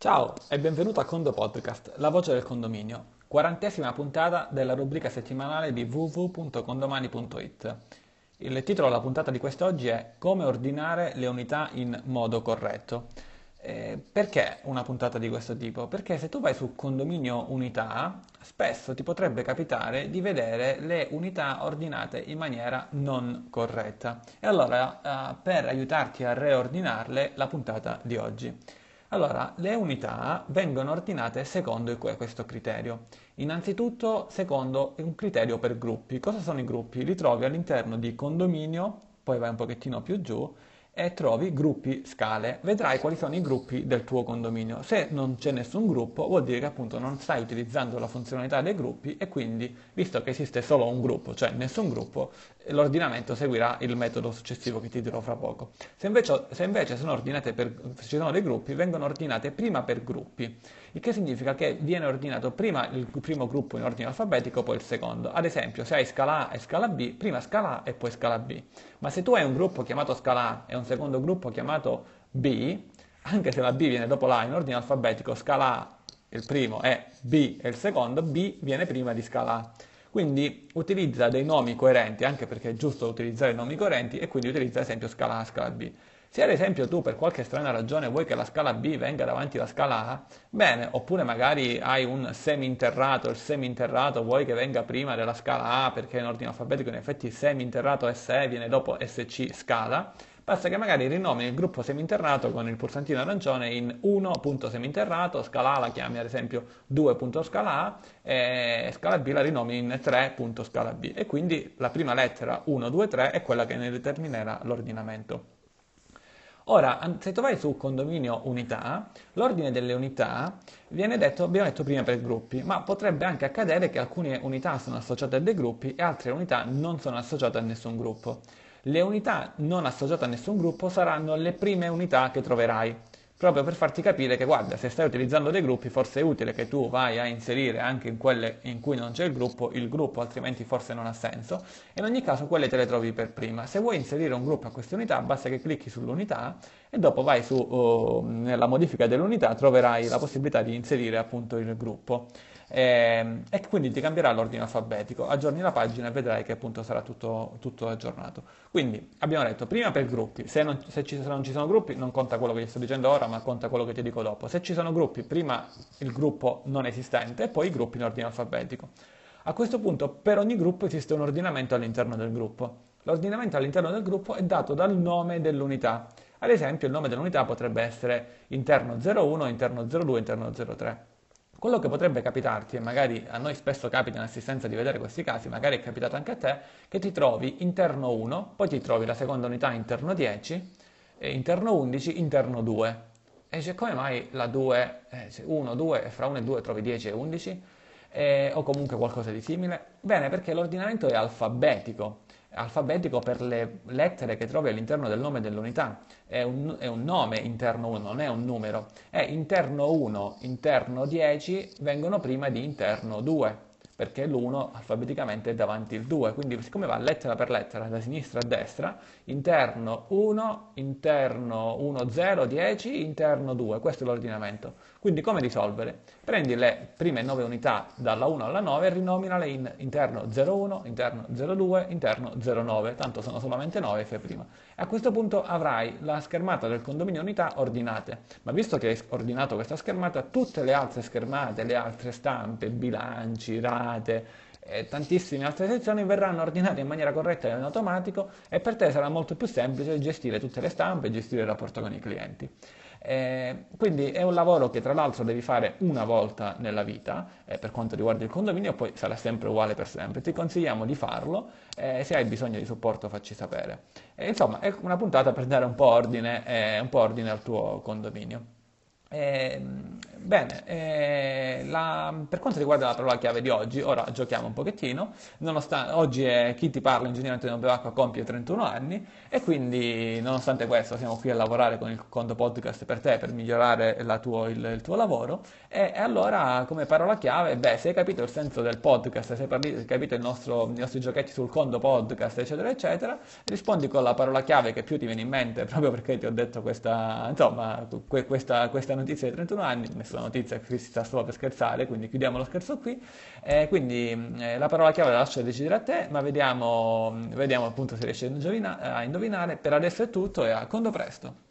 Ciao e benvenuto a Condo Podcast, la voce del condominio, 40ª puntata della rubrica settimanale di www.condomani.it. Il titolo della puntata di quest'oggi è Come ordinare le unità in modo corretto. Perché una puntata di questo tipo? Perché se tu vai su condominio unità, spesso ti potrebbe capitare di vedere le unità ordinate in maniera non corretta. E allora, per aiutarti a reordinarle, la puntata di oggi. Allora, le unità vengono ordinate secondo questo criterio. Innanzitutto, secondo un criterio per gruppi. Cosa sono i gruppi? Li trovi all'interno di condominio, poi vai un pochettino più giù e trovi gruppi scale. Vedrai quali sono i gruppi del tuo condominio. Se non c'è nessun gruppo, vuol dire che appunto non stai utilizzando la funzionalità dei gruppi e quindi, visto che esiste solo un gruppo, cioè nessun gruppo, l'ordinamento seguirà il metodo successivo che ti dirò fra poco. Se invece sono ordinate se ci sono dei gruppi, vengono ordinate prima per gruppi, il che significa che viene ordinato prima il primo gruppo in ordine alfabetico, poi il secondo. Ad esempio, se hai scala A e scala B, prima scala A e poi scala B. Ma se tu hai un gruppo chiamato scala A e un secondo gruppo chiamato B, anche se la B viene dopo la A in ordine alfabetico, scala A il primo e B è il secondo, B viene prima di scala A. Quindi utilizza dei nomi coerenti, anche perché è giusto utilizzare nomi coerenti, e quindi utilizza ad esempio scala A, scala B. Se ad esempio tu per qualche strana ragione vuoi che la scala B venga davanti alla scala A, bene, oppure magari hai un seminterrato, il seminterrato vuoi che venga prima della scala A perché in ordine alfabetico in effetti seminterrato SE viene dopo SC scala, basta che magari rinomini il gruppo seminterrato con il pulsantino arancione in 1.seminterrato, scala A la chiami ad esempio 2.scala A e scala B la rinomini in 3.scala B e quindi la prima lettera 1, 2, 3 è quella che ne determinerà l'ordinamento. Ora, se tu vai su condominio unità, l'ordine delle unità abbiamo detto prima per gruppi, ma potrebbe anche accadere che alcune unità sono associate a dei gruppi e altre unità non sono associate a nessun gruppo. Le unità non associate a nessun gruppo saranno le prime unità che troverai, proprio per farti capire che guarda, se stai utilizzando dei gruppi forse è utile che tu vai a inserire anche in quelle in cui non c'è il gruppo altrimenti forse non ha senso. In ogni caso quelle te le trovi per prima. Se vuoi inserire un gruppo a queste unità basta che clicchi sull'unità e dopo vai nella modifica dell'unità troverai la possibilità di inserire appunto il gruppo. E quindi ti cambierà l'ordine alfabetico. Aggiorni la pagina e vedrai che appunto sarà tutto aggiornato. Quindi abbiamo detto prima per gruppi, se non ci sono gruppi non conta quello che ti sto dicendo ora, ma conta quello che ti dico dopo. Se ci sono gruppi, prima il gruppo non esistente e poi i gruppi in ordine alfabetico. A questo punto per ogni gruppo esiste un ordinamento all'interno del gruppo. L'ordinamento all'interno del gruppo è dato dal nome dell'unità. Ad esempio il nome dell'unità potrebbe essere interno 01, interno 02, interno 03. Quello che potrebbe capitarti, e magari a noi spesso capita in assistenza di vedere questi casi, magari è capitato anche a te, che ti trovi interno 1, poi ti trovi la seconda unità interno 10, interno 11, interno 2. E dice come mai la 2, 1, 2 e fra 1 e 2 trovi 10 e 11? O comunque qualcosa di simile? Bene, perché l'ordinamento è alfabetico per le lettere che trovi all'interno del nome dell'unità. È un nome interno 1, non è un numero. E interno 1, interno 10 vengono prima di interno 2, perché l'1 alfabeticamente è davanti il 2, quindi siccome va lettera per lettera, da sinistra a destra, interno 1, interno 1, 0, 10, interno 2, questo è l'ordinamento. Quindi come risolvere? Prendi le prime 9 unità dalla 1 alla 9 e rinominale in interno 01, interno 02, interno 09, tanto sono solamente 9 fai prima. E a questo punto avrai la schermata del condominio unità ordinate, ma visto che hai ordinato questa schermata, tutte le altre schermate, le altre stampe, bilanci, rate e tantissime altre sezioni verranno ordinate in maniera corretta e in automatico e per te sarà molto più semplice gestire tutte le stampe e gestire il rapporto con i clienti. Quindi è un lavoro che tra l'altro devi fare una volta nella vita per quanto riguarda il condominio, poi sarà sempre uguale per sempre. Ti consigliamo di farlo, se hai bisogno di supporto facci sapere. Insomma, è una puntata per dare un po' ordine al tuo condominio. Bene, per quanto riguarda la parola chiave di oggi, ora giochiamo un pochettino, oggi è chi ti parla, ingegnere Antonio Bevacqua, compie 31 anni e quindi nonostante questo siamo qui a lavorare con il Condo Podcast per te, per migliorare il tuo lavoro e allora come parola chiave, beh, se hai capito il senso del podcast, se hai capito i nostri giochetti sul Condo Podcast, eccetera, eccetera, rispondi con la parola chiave che più ti viene in mente, proprio perché ti ho detto questa, insomma, questa notizia dei 31 anni, nessuna notizia, qui si sta solo per scherzare, quindi chiudiamo lo scherzo qui. La parola chiave la lascio decidere a te, ma vediamo appunto se riesci a indovinare. Per adesso è tutto e a condo presto.